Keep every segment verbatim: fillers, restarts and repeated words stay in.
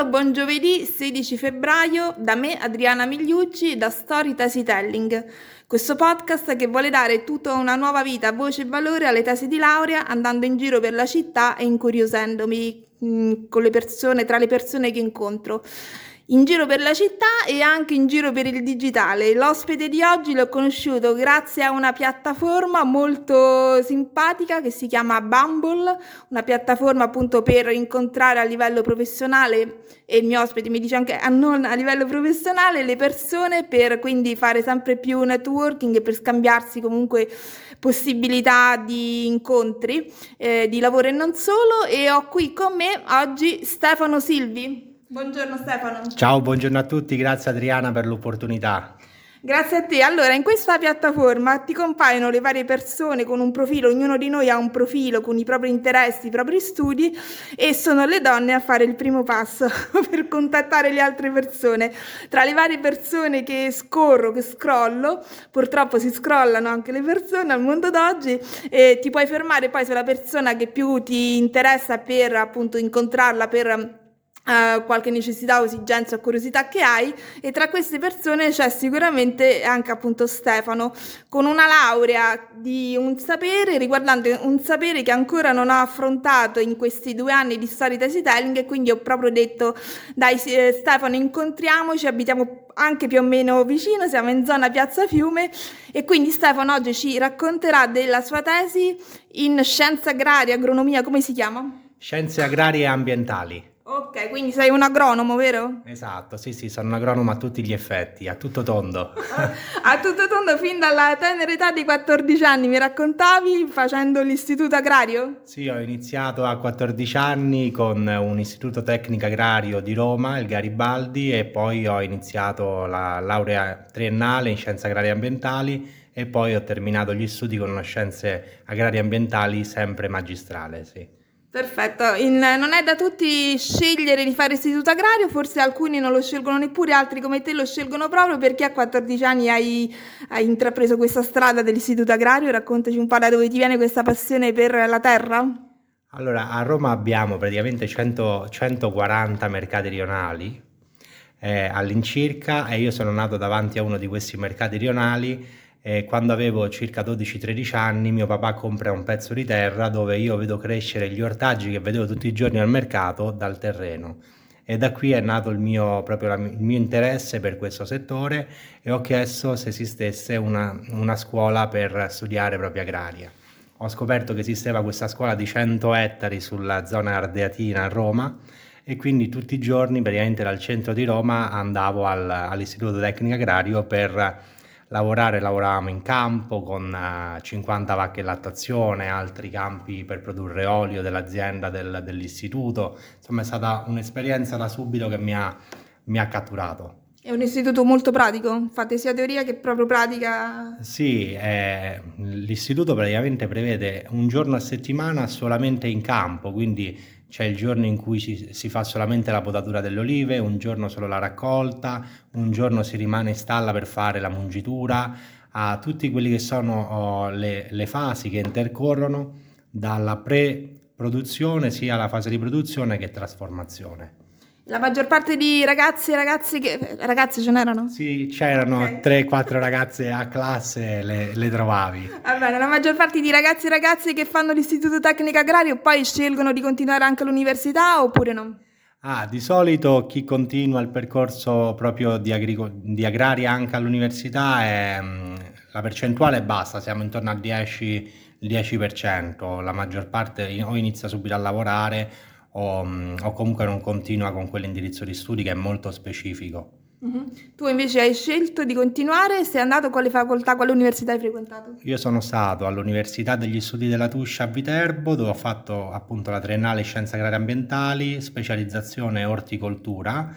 Buon giovedì sedici febbraio da me Adriana Migliucci da Story Tesi Telling, questo podcast che vuole dare tutta una nuova vita, voce e valore alle tesi di laurea andando in giro per la città e incuriosendomi mh, con le persone, tra le persone che incontro. In giro per la città e anche in giro per il digitale. L'ospite di oggi l'ho conosciuto grazie a una piattaforma molto simpatica che si chiama Bumble, una piattaforma appunto per incontrare a livello professionale, e il mio ospite mi dice anche a non a livello professionale, le persone, per quindi fare sempre più networking e per scambiarsi comunque possibilità di incontri, eh, di lavoro e non solo. E ho qui con me oggi Stefano Silvi. Buongiorno Stefano. Ciao, buongiorno a tutti, grazie Adriana per l'opportunità. Grazie a te. Allora, in questa piattaforma ti compaiono le varie persone con un profilo, ognuno di noi ha un profilo con i propri interessi, i propri studi, e sono le donne a fare il primo passo per contattare le altre persone. Tra le varie persone che scorro, che scrollo, purtroppo si scrollano anche le persone al mondo d'oggi, e ti puoi fermare poi sulla persona che più ti interessa per appunto incontrarla, per Uh, qualche necessità o esigenza o curiosità che hai, e tra queste persone c'è sicuramente anche appunto Stefano con una laurea di un sapere riguardante un sapere che ancora non ho affrontato in questi due anni di Story Tesi Telling, e quindi ho proprio detto dai eh, Stefano, incontriamoci, abitiamo anche più o meno vicino, siamo in zona Piazza Fiume, e quindi Stefano oggi ci racconterà della sua tesi in scienze agrarie, agronomia, come si chiama? Scienze agrarie e ambientali. Ok, quindi sei un agronomo, vero? Esatto, sì sì, sono un agronomo a tutti gli effetti, a tutto tondo. A tutto tondo fin dalla tenera età di quattordici anni, mi raccontavi, facendo l'istituto agrario? Sì, ho iniziato a quattordici anni con un istituto tecnico agrario di Roma, il Garibaldi, e poi ho iniziato la laurea triennale in scienze agrarie e ambientali, e poi ho terminato gli studi con scienze agrarie e ambientali, sempre magistrale, sì. Perfetto. In, non è da tutti scegliere di fare istituto agrario, forse alcuni non lo scelgono neppure, altri come te lo scelgono proprio perché a quattordici anni hai, hai intrapreso questa strada dell'istituto agrario. Raccontaci un po' da dove ti viene questa passione per la terra. Allora, a Roma abbiamo praticamente cento, centoquaranta mercati rionali eh, all'incirca, e io sono nato davanti a uno di questi mercati rionali. E quando avevo circa dodici tredici anni mio papà compra un pezzo di terra dove io vedo crescere gli ortaggi che vedevo tutti i giorni al mercato dal terreno, e da qui è nato il mio, proprio la, il mio interesse per questo settore, e ho chiesto se esistesse una, una scuola per studiare proprio agraria. Ho scoperto che esisteva questa scuola di cento ettari sulla zona ardeatina a Roma, e quindi tutti i giorni praticamente dal centro di Roma andavo al, all'istituto tecnico agrario per lavorare. Lavoravamo in campo con uh, cinquanta vacche in lattazione, altri campi per produrre olio dell'azienda del, dell'istituto. Insomma, è stata un'esperienza da subito che mi ha, mi ha catturato. È un istituto molto pratico? Fate sia teoria che proprio pratica? Sì, eh, l'istituto praticamente prevede un giorno a settimana solamente in campo, quindi c'è il giorno in cui si, si fa solamente la potatura delle olive, un giorno solo la raccolta, un giorno si rimane in stalla per fare la mungitura, a tutti quelli che sono oh, le, le fasi che intercorrono dalla pre-produzione sia alla fase di produzione che trasformazione. La maggior parte di ragazzi e ragazze che... ragazze ce n'erano? Sì, c'erano Ok. tre quattro ragazze a classe, le, le trovavi. Va bene, la maggior parte di ragazzi e ragazze che fanno l'istituto tecnico agrario poi scelgono di continuare anche all'università oppure no? Ah, di solito chi continua il percorso proprio di, agrico- di agraria anche all'università è mh, la percentuale è bassa, siamo intorno al dieci, il dieci per cento, la maggior parte in- o inizia subito a lavorare o, mh, o comunque non continua con quell'indirizzo di studi che è molto specifico. Mhm. Tu invece hai scelto di continuare, sei andato quale facoltà, quale università hai frequentato? Io sono stato all'Università degli Studi della Tuscia a Viterbo, dove ho fatto appunto la triennale Scienze Agrarie Ambientali, specializzazione orticoltura,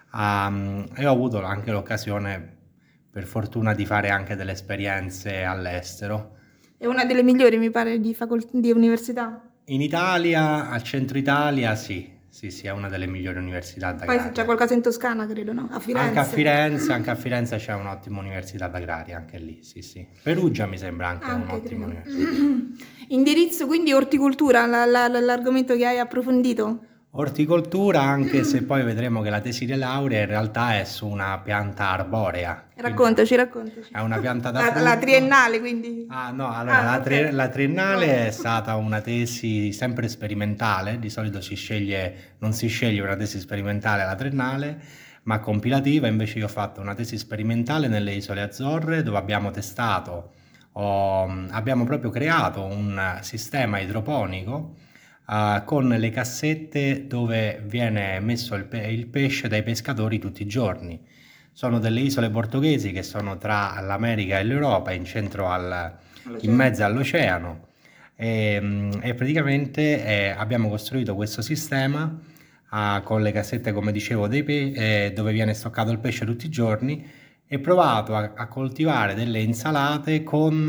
um, e ho avuto anche l'occasione, per fortuna, di fare anche delle esperienze all'estero. È una delle migliori, mi pare, di, facol- di università. In Italia, al centro Italia, sì, sì, sì, è una delle migliori università Poi d'agraria. c'è qualcosa in Toscana, credo, no? A Firenze. Anche a Firenze, anche a Firenze c'è un'ottima università d'agraria, anche lì, sì, sì. Perugia mi sembra anche, Anche, un'ottima credo. università. Indirizzo quindi orticoltura, la- la- la- l'argomento che hai approfondito? Orticoltura, anche se poi vedremo che la tesi di laurea in realtà è su una pianta arborea. Raccontaci, raccontaci. È una pianta da la, frutto. la triennale, quindi. Ah no, allora Ah, la, ok. tri- la triennale è stata una tesi sempre sperimentale, di solito si sceglie, non si sceglie una tesi sperimentale alla triennale, ma compilativa. Invece io ho fatto una tesi sperimentale nelle Isole Azzorre, dove abbiamo testato, ho- abbiamo proprio creato un sistema idroponico eh, con le cassette dove viene messo il, pe- il pesce dai pescatori tutti i giorni. Sono delle isole portoghesi che sono tra l'America e l'Europa, in centro al, in mezzo all'oceano. E, mm, e praticamente eh, abbiamo costruito questo sistema ah, con le cassette, come dicevo, dei pe- eh, dove viene stoccato il pesce tutti i giorni, e provato a, a coltivare delle insalate con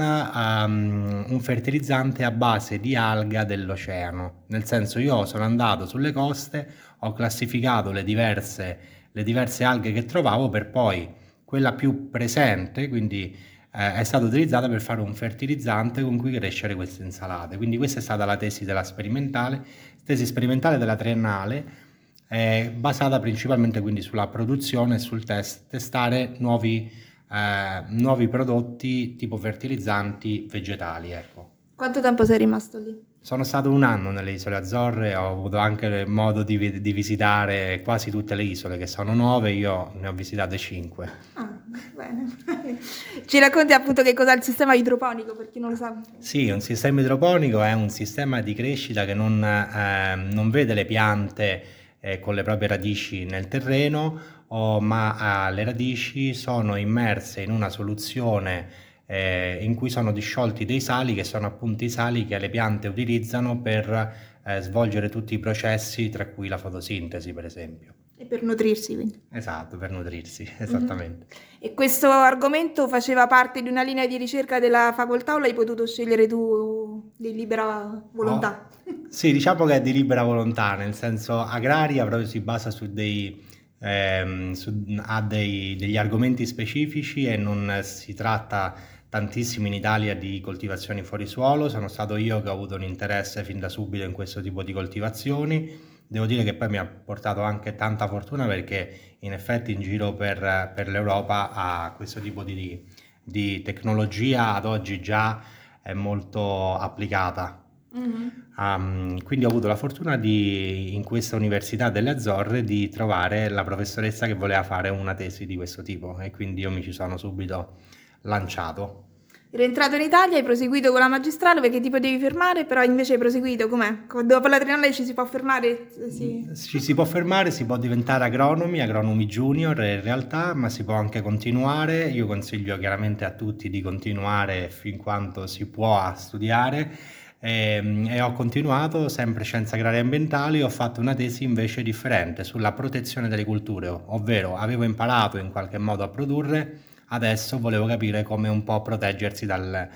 um, un fertilizzante a base di alga dell'oceano. Nel senso, io sono andato sulle coste, ho classificato le diverse, le diverse alghe che trovavo, per poi quella più presente, quindi eh, è stata utilizzata per fare un fertilizzante con cui crescere queste insalate. Quindi questa è stata la tesi della sperimentale, tesi sperimentale della triennale, è basata principalmente quindi sulla produzione e sul test, testare nuovi, eh, nuovi prodotti tipo fertilizzanti vegetali, ecco. Quanto tempo sei rimasto lì? Sono stato un anno nelle Isole Azzorre, ho avuto anche modo di, vi- di visitare quasi tutte le isole, che sono nove, io ne ho visitate cinque. Ah, bene. Ci racconti appunto che cos'è il sistema idroponico, per chi non lo sa? Sì, un sistema idroponico è un sistema di crescita che non, eh, non vede le piante eh, con le proprie radici nel terreno, o- ma eh, le radici sono immerse in una soluzione eh, in cui sono disciolti dei sali, che sono appunto i sali che le piante utilizzano per eh, svolgere tutti i processi, tra cui la fotosintesi, per esempio. E per nutrirsi, quindi. Esatto, per nutrirsi, esattamente. E questo argomento faceva parte di una linea di ricerca della facoltà o l'hai potuto scegliere tu di libera volontà? Oh, sì, diciamo che è di libera volontà, nel senso agraria proprio si basa su dei, ehm, su- ha dei- degli argomenti specifici, e non si tratta tantissimo in Italia di coltivazioni fuori suolo. Sono stato io che ho avuto un interesse fin da subito in questo tipo di coltivazioni. Devo dire che poi mi ha portato anche tanta fortuna, perché in effetti in giro per, per l'Europa a questo tipo di, di tecnologia ad oggi già è molto applicata. Mhm. Um, quindi ho avuto la fortuna di, in questa Università delle Azzorre, di trovare la professoressa che voleva fare una tesi di questo tipo, e quindi io mi ci sono subito lanciato. Rientrato in Italia, hai proseguito con la magistrale perché ti potevi fermare, però invece hai proseguito com'è? Co- Dopo la triennale ci si può fermare? Eh, Sì. Ci si può fermare, si può diventare agronomi, agronomi junior in realtà, ma si può anche continuare. Io consiglio chiaramente a tutti di continuare fin quanto si può a studiare, e, e ho continuato sempre scienze agrarie e ambientali. Ho fatto una tesi invece differente sulla protezione delle culture, ovvero avevo imparato in qualche modo a produrre, adesso volevo capire come un po' proteggersi dal-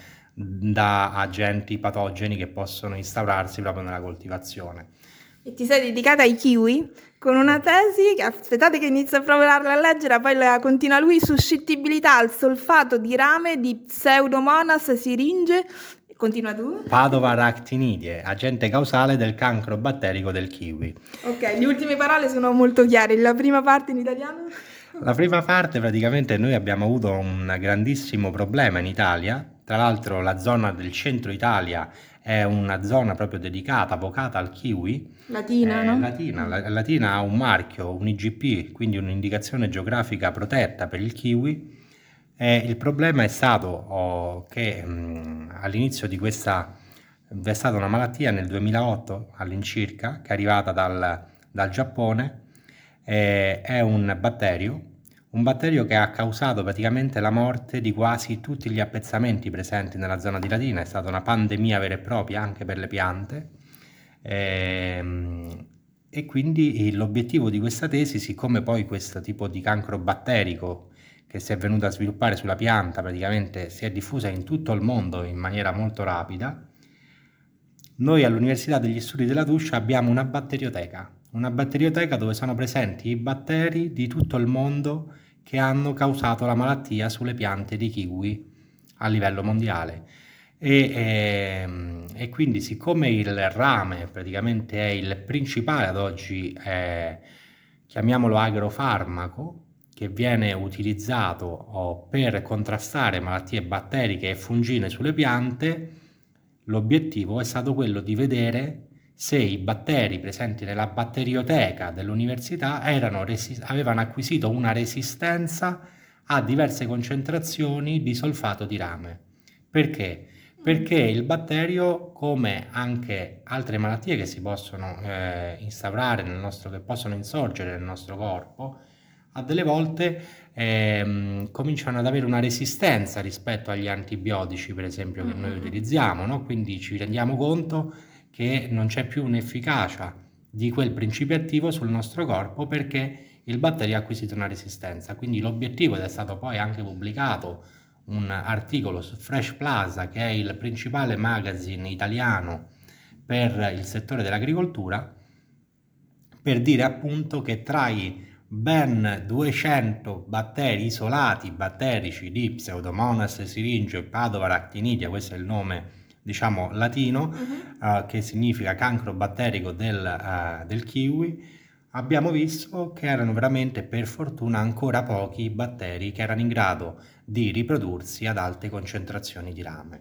da agenti patogeni che possono instaurarsi proprio nella coltivazione. E ti sei dedicata ai kiwi con una tesi che, aspettate che inizio a provarla a leggere, poi la continua lui, suscettibilità al solfato di rame di Pseudomonas syringae. Continua tu. Padova aractinidie, agente causale del cancro batterico del kiwi. Ok, le ultime parole sono molto chiare. La prima parte in italiano? La prima parte, praticamente, noi abbiamo avuto un grandissimo problema in Italia. Tra l'altro la zona del centro Italia è una zona proprio dedicata, vocata al kiwi. Latina, Eh, no? Latina, la, Latina ha un marchio, un I G P, quindi un'indicazione geografica protetta per il kiwi. E il problema è stato oh, che mh, all'inizio di questa, è stata una malattia nel duemilaotto all'incirca, che è arrivata dal, dal Giappone. Eh, è un batterio, un batterio che ha causato praticamente la morte di quasi tutti gli appezzamenti presenti nella zona di Latina. È stata una pandemia vera e propria anche per le piante. Ehm, E quindi l'obiettivo di questa tesi, siccome poi questo tipo di cancro batterico che si è venuto a sviluppare sulla pianta praticamente si è diffusa in tutto il mondo in maniera molto rapida, noi all'Università degli Studi della Tuscia abbiamo una batterioteca, una batterioteca dove sono presenti i batteri di tutto il mondo che hanno causato la malattia sulle piante di kiwi a livello mondiale. E, ehm, e quindi siccome il rame praticamente è il principale ad oggi, eh, chiamiamolo agrofarmaco, che viene utilizzato oh, per contrastare malattie batteriche e fungine sulle piante, l'obiettivo è stato quello di vedere se i batteri presenti nella batterioteca dell'università erano resi- avevano acquisito una resistenza a diverse concentrazioni di solfato di rame. Perché? Perché il batterio, come anche altre malattie che si possono eh, instaurare nel nostro, che possono insorgere nel nostro corpo, a delle volte ehm, cominciano ad avere una resistenza rispetto agli antibiotici, per esempio, che noi utilizziamo, no? Quindi ci rendiamo conto che non c'è più un'efficacia di quel principio attivo sul nostro corpo perché il batterio ha acquisito una resistenza. Quindi l'obiettivo, ed è stato poi anche pubblicato un articolo su Fresh Plaza, che è il principale magazine italiano per il settore dell'agricoltura, per dire appunto che tra i ben duecento batteri isolati batterici di Pseudomonas syringae Padova actinidia, questo è il nome diciamo latino, uh-huh. uh, che significa cancro batterico del, uh, del kiwi, abbiamo visto che erano veramente per fortuna ancora pochi batteri che erano in grado di riprodursi ad alte concentrazioni di rame.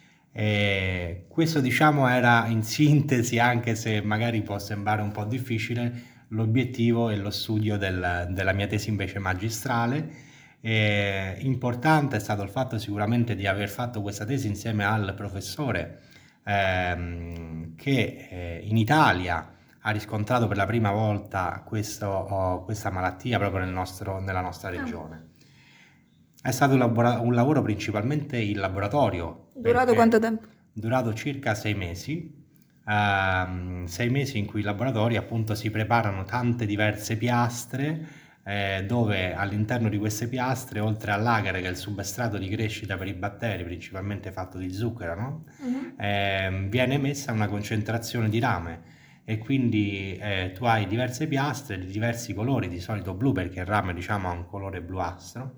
E questo diciamo era in sintesi, anche se magari può sembrare un po' difficile, l'obiettivo e lo studio del, della mia tesi invece magistrale. E importante è stato il fatto sicuramente di aver fatto questa tesi insieme al professore ehm, che eh, in Italia ha riscontrato per la prima volta questo, oh, questa malattia proprio nel nostro, nella nostra regione. È stato un, labora- un lavoro principalmente in laboratorio. Durato quanto tempo? Durato circa sei mesi, uh, sei mesi in cui i laboratori appunto si preparano tante diverse piastre, eh, dove all'interno di queste piastre, oltre all'agare che è il substrato di crescita per i batteri, principalmente fatto di zucchero, no? Uh-huh. eh, viene messa una concentrazione di rame. E quindi eh, tu hai diverse piastre di diversi colori, di solito blu perché il rame diciamo ha un colore bluastro.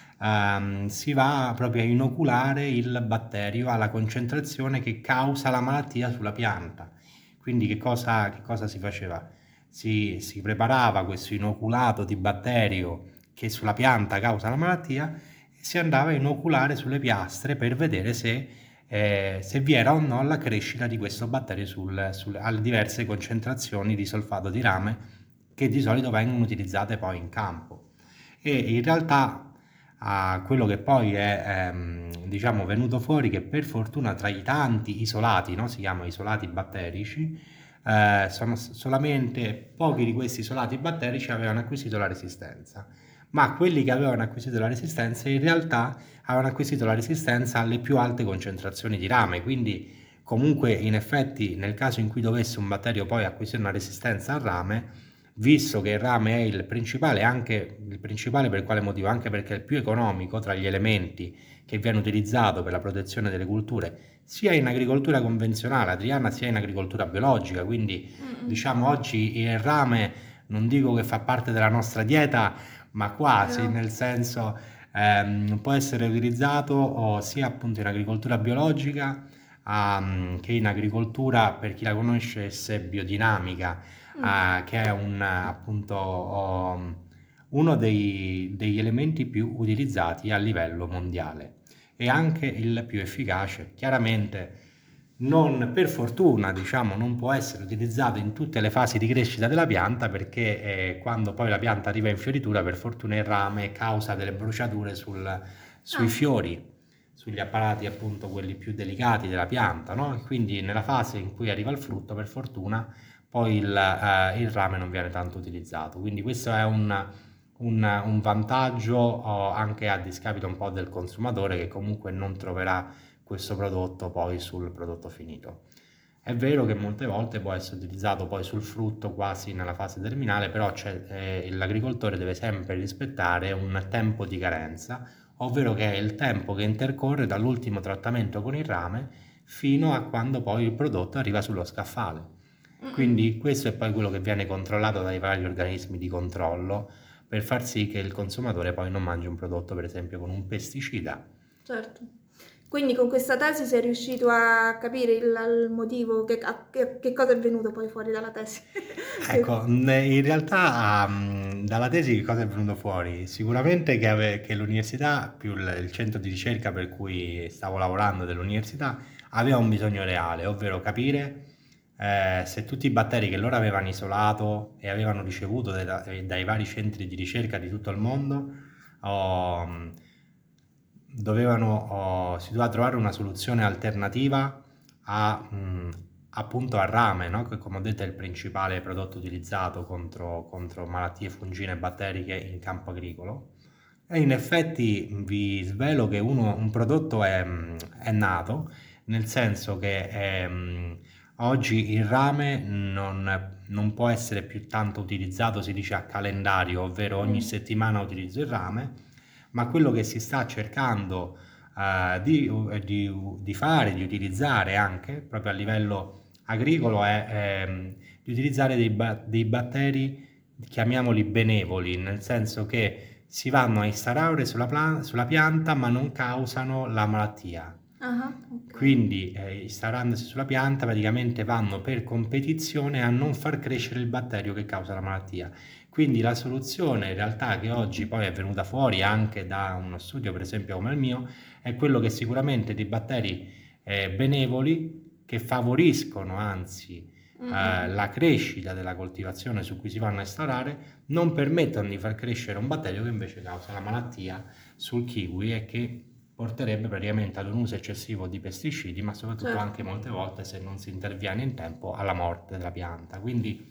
Um, si va proprio a inoculare il batterio alla concentrazione che causa la malattia sulla pianta. Quindi che cosa, che cosa si faceva? Si, si preparava questo inoculato di batterio che sulla pianta causa la malattia e si andava a inoculare sulle piastre per vedere se, eh, se vi era o no la crescita di questo batterio sul, sul, alle diverse concentrazioni di solfato di rame che di solito vengono utilizzate poi in campo. E in realtà a quello che poi è ehm, diciamo venuto fuori che per fortuna tra i tanti isolati, no? Si chiamano isolati batterici, eh, sono solamente pochi di questi isolati batterici avevano acquisito la resistenza, ma quelli che avevano acquisito la resistenza in realtà avevano acquisito la resistenza alle più alte concentrazioni di rame, quindi comunque in effetti nel caso in cui dovesse un batterio poi acquisire una resistenza al rame, visto che il rame è il principale, anche il principale per quale motivo? Anche perché è il più economico tra gli elementi che viene utilizzato per la protezione delle culture, sia in agricoltura convenzionale, Adriana, sia in agricoltura biologica, quindi mm-hmm. diciamo oggi il rame non dico che fa parte della nostra dieta, ma quasi, no. Nel senso ehm, può essere utilizzato oh, sia appunto in agricoltura biologica um, che in agricoltura, per chi la conosce, biodinamica, Uh, che è un, appunto um, uno dei, degli elementi più utilizzati a livello mondiale e anche il più efficace. Chiaramente non, per fortuna diciamo, non può essere utilizzato in tutte le fasi di crescita della pianta perché eh, quando poi la pianta arriva in fioritura, per fortuna il rame causa delle bruciature sul, sui ah. fiori, sugli apparati appunto quelli più delicati della pianta, no? E quindi nella fase in cui arriva il frutto, per fortuna poi il, eh, il rame non viene tanto utilizzato, quindi questo è un, un, un vantaggio oh, anche a discapito un po' del consumatore che comunque non troverà questo prodotto poi sul prodotto finito. È vero che molte volte può essere utilizzato poi sul frutto quasi nella fase terminale, però c'è, eh, l'agricoltore deve sempre rispettare un tempo di carenza, ovvero che è il tempo che intercorre dall'ultimo trattamento con il rame fino a quando poi il prodotto arriva sullo scaffale. Quindi questo è poi quello che viene controllato dai vari organismi di controllo per far sì che il consumatore poi non mangi un prodotto per esempio con un pesticida. Certo. Quindi con questa tesi sei riuscito a capire il, il motivo, che, a- che- che cosa è venuto poi fuori dalla tesi? Ecco, mh, in realtà mh, dalla tesi che cosa è venuto fuori? Sicuramente che, ave- che l'università più il, il centro di ricerca per cui stavo lavorando dell'università aveva un bisogno reale, ovvero capire eh, se tutti i batteri che loro avevano isolato e avevano ricevuto dai, dai- dai vari centri di ricerca di tutto il mondo, oh, mh, dovevano, oh, si doveva trovare una soluzione alternativa a, mh, appunto al rame, no? Che come ho detto è il principale prodotto utilizzato contro, contro malattie fungine e batteriche in campo agricolo. E in effetti vi svelo che uno- un prodotto è, mh, è nato, nel senso che è, mh, oggi il rame non, non può essere più tanto utilizzato, si dice a calendario, ovvero ogni Mm. settimana utilizzo il rame, ma quello che si sta cercando eh, di, di- di fare, di utilizzare anche proprio a livello agricolo è ehm, di utilizzare dei, ba- dei batteri, chiamiamoli benevoli, nel senso che si vanno a instaurare sulla, pla- sulla pianta ma non causano la malattia. Ah, ok. Quindi, eh, instaurandosi sulla pianta, praticamente vanno per competizione a non far crescere il batterio che causa la malattia. Quindi la soluzione in realtà che oggi poi è venuta fuori anche da uno studio, per esempio come il mio, è quello che sicuramente dei batteri eh, benevoli che favoriscono anzi Mm, eh, mm. la crescita della coltivazione su cui si vanno a instaurare, non permettono di far crescere un batterio che invece causa la malattia sul kiwi e che porterebbe praticamente ad un uso eccessivo di pesticidi, ma soprattutto Certo. anche molte volte, se non si interviene in tempo, alla morte della pianta. Quindi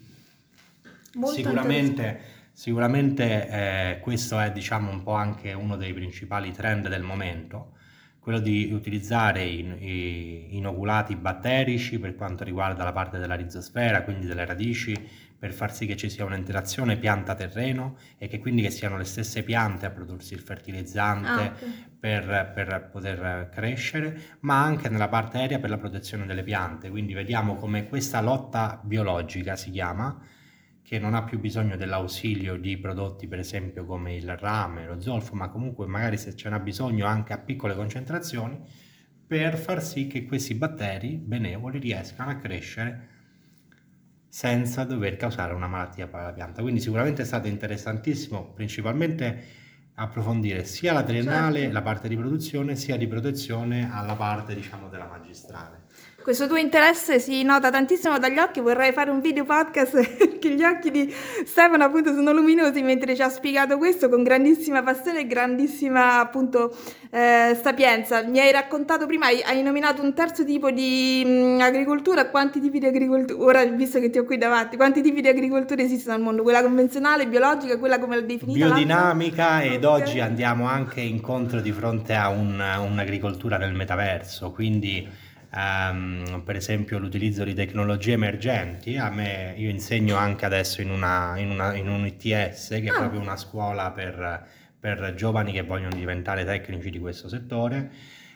Molto sicuramente, sicuramente eh, questo è, diciamo, un po' anche uno dei principali trend del momento, quello di utilizzare in- i- inoculati batterici per quanto riguarda la parte della rizosfera, quindi delle radici, per far sì che ci sia un'interazione pianta-terreno e che quindi che siano le stesse piante a prodursi il fertilizzante Ah, ok. per, per poter crescere, ma anche nella parte aerea per la protezione delle piante. Quindi vediamo come questa lotta biologica si chiama, che non ha più bisogno dell'ausilio di prodotti per esempio come il rame, lo zolfo, ma comunque magari se ce n'ha bisogno anche a piccole concentrazioni, per far sì che questi batteri benevoli riescano a crescere senza dover causare una malattia per la pianta. Quindi sicuramente è stato interessantissimo, principalmente approfondire sia la triennale, Certo. la parte di produzione, sia di protezione alla parte, diciamo, della magistrale. Questo tuo interesse si nota tantissimo dagli occhi, vorrei fare un video podcast perché gli occhi di Stefano appunto sono luminosi mentre ci ha spiegato questo con grandissima passione e grandissima appunto eh, sapienza. Mi hai raccontato prima, hai, hai nominato un terzo tipo di mh, agricoltura, quanti tipi di agricoltura, ora visto che ti ho qui davanti, quanti tipi di agricoltura esistono al mondo? Quella convenzionale, biologica, quella come l'ha definita l'altra? Biodinamica ed Ok. oggi andiamo anche incontro di fronte a un- un'agricoltura nel metaverso, quindi ehm, per esempio l'utilizzo di tecnologie emergenti. A me, io insegno anche adesso in, una, in, una, in un I T S, che è Ah, proprio una scuola per, per giovani che vogliono diventare tecnici di questo settore,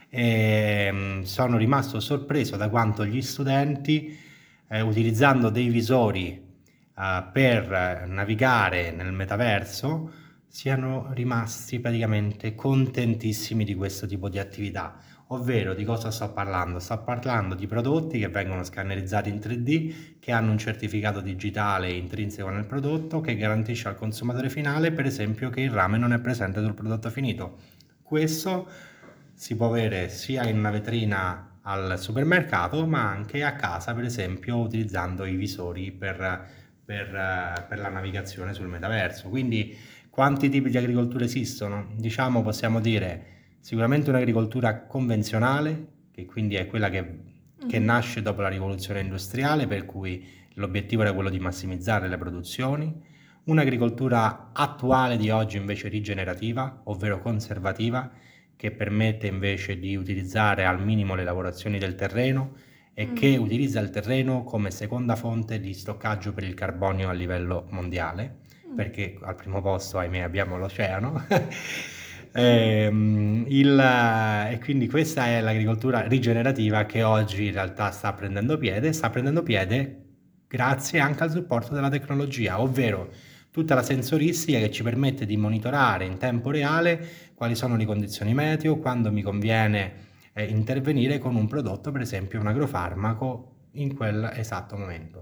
e mm, sono rimasto sorpreso da quanto gli studenti, eh, utilizzando dei visori eh, per navigare nel metaverso, siano rimasti praticamente contentissimi di questo tipo di attività. Ovvero, di cosa sto parlando? Sto parlando di prodotti che vengono scannerizzati in tre D, che hanno un certificato digitale intrinseco nel prodotto che garantisce al consumatore finale, per esempio, che il rame non è presente sul prodotto finito. Questo si può avere sia in una vetrina al supermercato, ma anche a casa, per esempio, utilizzando i visori per, per, eh, per la navigazione sul metaverso. Quindi, quanti tipi di agricoltura esistono? Diciamo, possiamo dire sicuramente un'agricoltura convenzionale, che quindi è quella che, che mhm. nasce dopo la rivoluzione industriale, per cui l'obiettivo era quello di massimizzare le produzioni. Un'agricoltura attuale di oggi invece rigenerativa, ovvero conservativa, che permette invece di utilizzare al minimo le lavorazioni del terreno e Mm. che utilizza il terreno come seconda fonte di stoccaggio per il carbonio a livello mondiale, Mm. perché al primo posto, ahimè, abbiamo l'oceano. Ehm, il- e quindi questa è l'agricoltura rigenerativa che oggi in realtà sta prendendo piede, sta prendendo piede grazie anche al supporto della tecnologia, ovvero tutta la sensoristica che ci permette di monitorare in tempo reale quali sono le condizioni meteo, quando mi conviene eh, intervenire con un prodotto, per esempio un agrofarmaco, in quel esatto momento.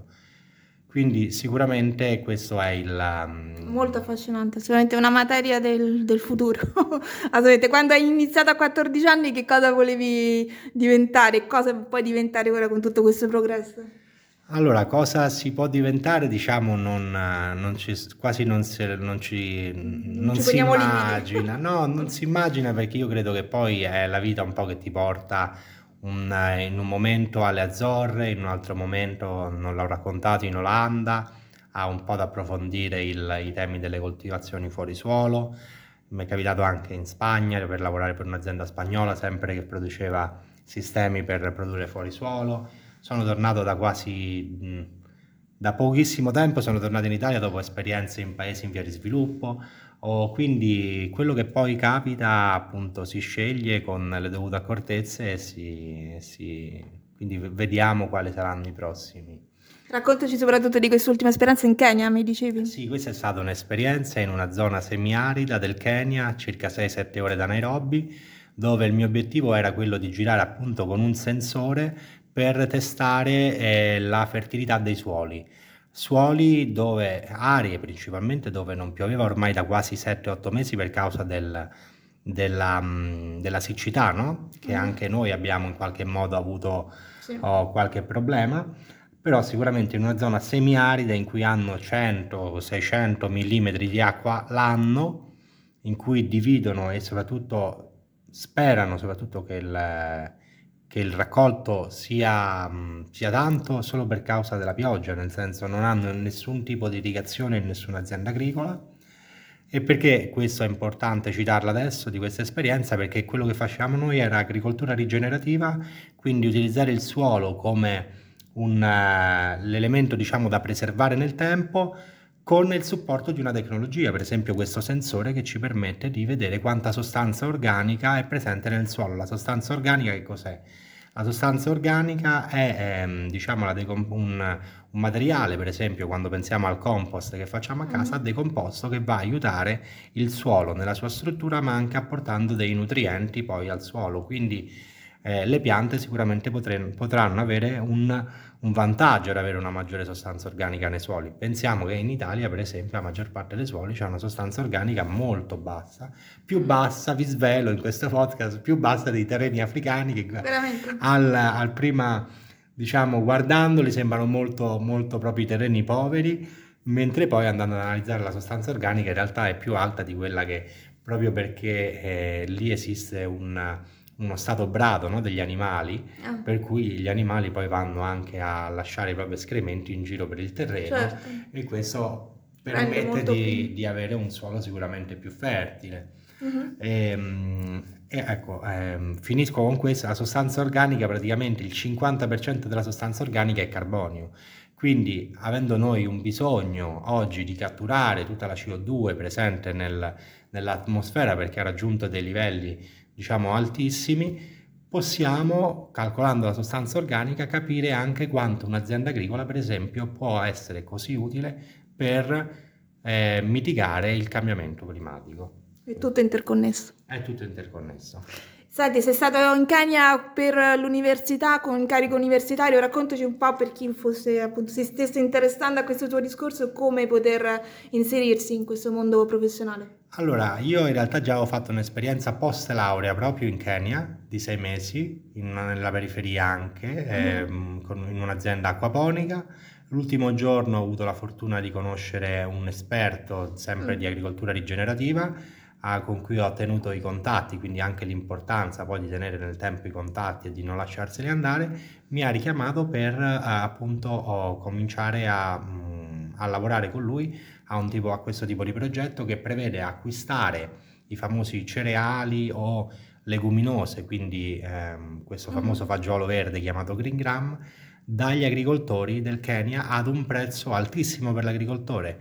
Quindi sicuramente questo è il... um, Molto affascinante, assolutamente una materia del, del futuro. Assolutamente. Quando hai iniziato a quattordici anni, che cosa volevi diventare? E cosa puoi diventare ora con tutto questo progresso? Allora, cosa si può diventare, diciamo, non, eh, non ci, quasi non, si, non ci, Non non ci si poniamo limiti. immagina, no, non si immagina perché io credo che poi è la vita un po' che ti porta un, eh, in un momento alle Azzorre, in un altro momento, non l'ho raccontato, in Olanda, a un po' ad approfondire il- i temi delle coltivazioni fuori suolo. Mi è capitato anche in Spagna per lavorare per un'azienda spagnola, sempre che produceva sistemi per produrre fuori suolo. Sono tornato da quasi, mh, da pochissimo tempo, sono tornato in Italia dopo esperienze in paesi in via di sviluppo, o quindi quello che poi capita appunto si sceglie con le dovute accortezze e si, si- quindi vediamo quali saranno i prossimi. Raccontaci soprattutto di quest'ultima esperienza in Kenya, mi dicevi? Sì, questa è stata un'esperienza in una zona semiarida del Kenya, a circa sei sette ore da Nairobi, dove il mio obiettivo era quello di girare appunto con un sensore per testare eh, la fertilità dei suoli. Suoli dove, aree principalmente dove non pioveva ormai da quasi sette otto mesi per causa del- della, mh, della siccità, no? Che Mhm. anche noi abbiamo in qualche modo avuto Sì. oh, qualche problema, però sicuramente in una zona semiarida in cui hanno cento seicento millimetri di acqua l'anno, in cui dividono e soprattutto sperano soprattutto che il, che il raccolto sia, mh, sia tanto solo per causa della pioggia, nel senso non hanno nessun tipo di irrigazione in nessuna azienda agricola. E perché questo è importante citarla adesso di questa esperienza? Perché quello che facciamo noi era agricoltura rigenerativa, quindi utilizzare il suolo come un, eh, l'elemento diciamo da preservare nel tempo con il supporto di una tecnologia, per esempio questo sensore che ci permette di vedere quanta sostanza organica è presente nel suolo. La sostanza organica che cos'è? La sostanza organica è ehm, diciamo la decom- un, un materiale, per esempio quando pensiamo al compost che facciamo a casa, Mhm. decomposto che va a aiutare il suolo nella sua struttura, ma anche apportando dei nutrienti poi al suolo. Quindi eh, le piante sicuramente potre- potranno avere un, un vantaggio ad avere una maggiore sostanza organica nei suoli. Pensiamo che in Italia, per esempio, la maggior parte dei suoli c'è una sostanza organica molto bassa, più bassa, vi svelo in questo podcast, più bassa dei terreni africani che Veramente? al, al prima, diciamo, guardandoli sembrano molto, molto proprio i terreni poveri, mentre poi andando ad analizzare la sostanza organica in realtà è più alta di quella che proprio perché eh, lì esiste un, uno stato brado, no, degli animali, Ah, per cui gli animali poi vanno anche a lasciare i propri escrementi in giro per il terreno certo. e questo Rende permette molto di, più. di avere un suolo sicuramente più fertile. Mhm. Ehm, E, ecco, ehm, finisco con questa, la sostanza organica, praticamente il cinquanta per cento della sostanza organica è carbonio. Quindi, avendo noi un bisogno oggi di catturare tutta la C O due presente nel- nell'atmosfera perché ha raggiunto dei livelli, diciamo, altissimi, possiamo, calcolando la sostanza organica, capire anche quanto un'azienda agricola, per esempio, può essere così utile per eh, mitigare il cambiamento climatico. È tutto interconnesso. È tutto interconnesso. Senti, sei stato in Kenya per l'università con incarico universitario, raccontaci un po' per chi fosse appunto si stesse interessando a questo tuo discorso come poter inserirsi in questo mondo professionale. Allora, io in realtà già avevo fatto un'esperienza post laurea proprio in Kenya di sei mesi, in una- nella periferia anche, ehm, con- in un'azienda acquaponica. L'ultimo giorno ho avuto la fortuna di conoscere un esperto sempre di Mm. agricoltura rigenerativa, ah, con cui ho tenuto i contatti, quindi anche l'importanza poi di tenere nel tempo i contatti e di non lasciarseli andare, mi ha richiamato per eh, appunto oh, cominciare a, mm, a lavorare con lui a, un tipo, a questo tipo di progetto che prevede acquistare i famosi cereali o leguminose, quindi ehm, questo famoso Mhm. fagiolo verde chiamato Green Gram, dagli agricoltori del Kenya ad un prezzo altissimo per l'agricoltore,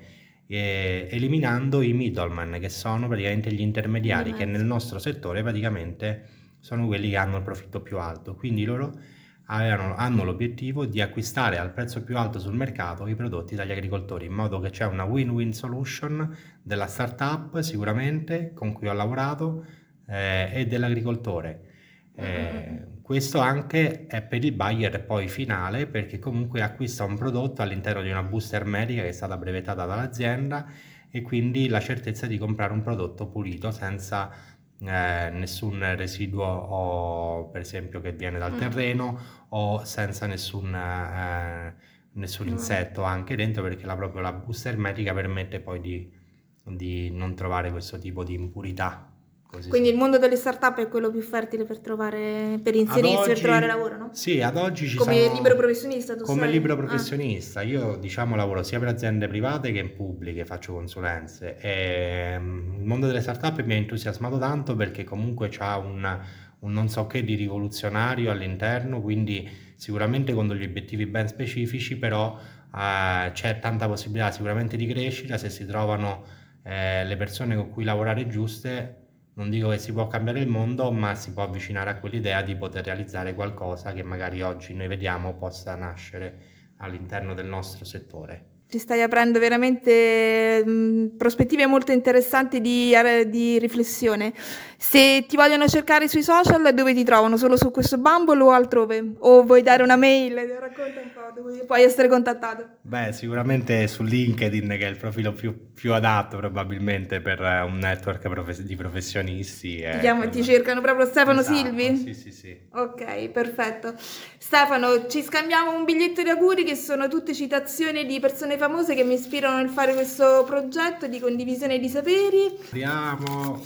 eh, eliminando i middleman, che sono praticamente gli Via intermediari, che nel mezzo. nostro settore praticamente sono quelli che hanno il profitto più alto. Quindi loro avevano- hanno l'obiettivo di acquistare al prezzo più alto sul mercato i prodotti dagli agricoltori, in modo che c'è una win-win solution della startup sicuramente con cui ho lavorato eh, e dell'agricoltore. Eh, questo anche è per il buyer poi finale, perché comunque acquista un prodotto all'interno di una busta ermetica che è stata brevettata dall'azienda, e quindi la certezza di comprare un prodotto pulito senza eh, nessun residuo, o per esempio che viene dal terreno, o senza nessun, eh, nessun insetto anche dentro, perché la, proprio la busta ermetica permette poi di, di non trovare questo tipo di impurità. Così Quindi sì. il mondo delle startup è quello più fertile per trovare, per Ad inserirsi, per trovare oggi, lavoro, no? sì, ad oggi ci Come sono libero professionista, tu come sai? libero Ah. professionista. Io diciamo lavoro sia per aziende private che in pubbliche, faccio consulenze, e mm, il mondo delle startup mi ha entusiasmato tanto perché comunque c'ha un, un non so che di rivoluzionario all'interno, quindi sicuramente con degli obiettivi ben specifici, però eh, c'è tanta possibilità sicuramente di crescita se si trovano eh, le persone con cui lavorare giuste. Non dico che si può cambiare il mondo, ma si può avvicinare a quell'idea di poter realizzare qualcosa che magari oggi noi vediamo possa nascere all'interno del nostro settore. Ci stai aprendo veramente mh, prospettive molto interessanti di, di riflessione. Se ti vogliono cercare sui social, dove ti trovano? Solo su questo Bumble o altrove? O vuoi dare una mail? Racconta un po' dove puoi essere contattato. Beh, sicuramente su LinkedIn, che è il profilo più, più adatto probabilmente per eh, un network profe- di professionisti. Ti, è chiamo, quello- ti cercano proprio Stefano Esatto, Silvi? Sì, sì, sì. Ok, perfetto. Stefano, ci scambiamo un biglietto di auguri, che sono tutte citazioni di persone famose che mi ispirano nel fare questo progetto di condivisione di saperi. Andiamo.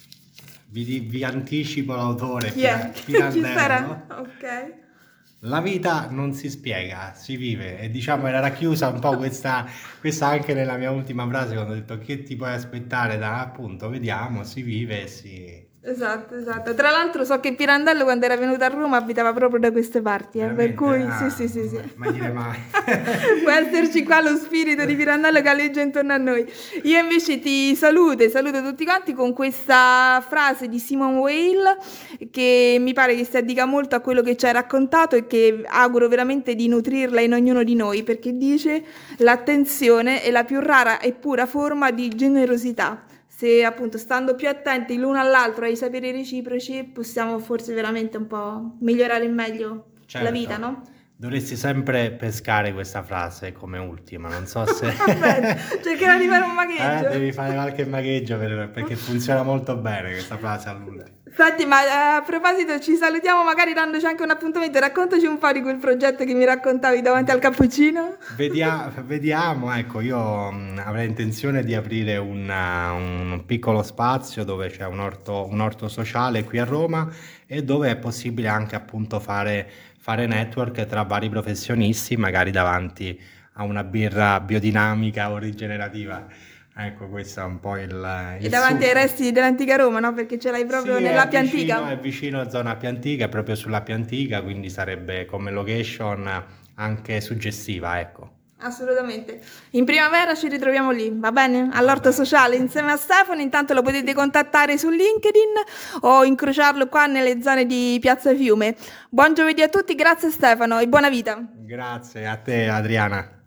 Vi, di- vi anticipo l'autore, Chi è? Pira- Chi Pirandello. sarà? Ok. La vita non si spiega, si vive, e diciamo era racchiusa un po' questa, questa anche nella mia ultima frase, quando ho detto che ti puoi aspettare da, appunto, vediamo, si vive e si... Esatto, esatto. Tra l'altro so che Pirandello, quando era venuto a Roma, abitava proprio da queste parti, eh, per Veramente? cui Ah, sì, sì, sì, sì. mai dire mai. Può esserci qua lo spirito di Pirandello che alleggia intorno a noi. Io invece ti saluto e saluto tutti quanti con questa frase di Simone Weil, che mi pare che si addica molto a quello che ci hai raccontato e che auguro veramente di nutrirla in ognuno di noi, perché dice: l'attenzione è la più rara e pura forma di generosità. Se appunto, stando più attenti l'uno all'altro, ai saperi reciproci, possiamo forse veramente un po' migliorare in meglio Certo. la vita, no? Dovresti sempre pescare questa frase come ultima, non so se... Vabbè, cercherò di fare un magheggio. Eh, devi fare qualche magheggio per- perché funziona molto bene questa frase all'ultimo. Senti, ma eh, a proposito, ci salutiamo magari dandoci anche un appuntamento. Raccontaci un po' di quel progetto che mi raccontavi davanti al cappuccino. Vedia- vediamo, ecco, io mh, avrei intenzione di aprire una- un piccolo spazio dove c'è un orto, un orto sociale qui a Roma, e dove è possibile anche appunto fare, fare network tra vari professionisti, magari davanti a una birra biodinamica o rigenerativa. Ecco, questo è un po' il, il E davanti ai succo. resti dell'antica Roma, no? Perché ce l'hai proprio Sì, nella è Appia vicino, Antica. è vicino a zona Appia Antica, è proprio sulla Appia Antica, quindi sarebbe come location anche suggestiva, ecco. Assolutamente. In primavera ci ritroviamo lì, va bene? All'orto sociale insieme a Stefano. Intanto lo potete contattare su LinkedIn o incrociarlo qua nelle zone di Piazza Fiume. Buon giovedì a tutti, grazie Stefano e buona vita. Grazie a te, Adriana.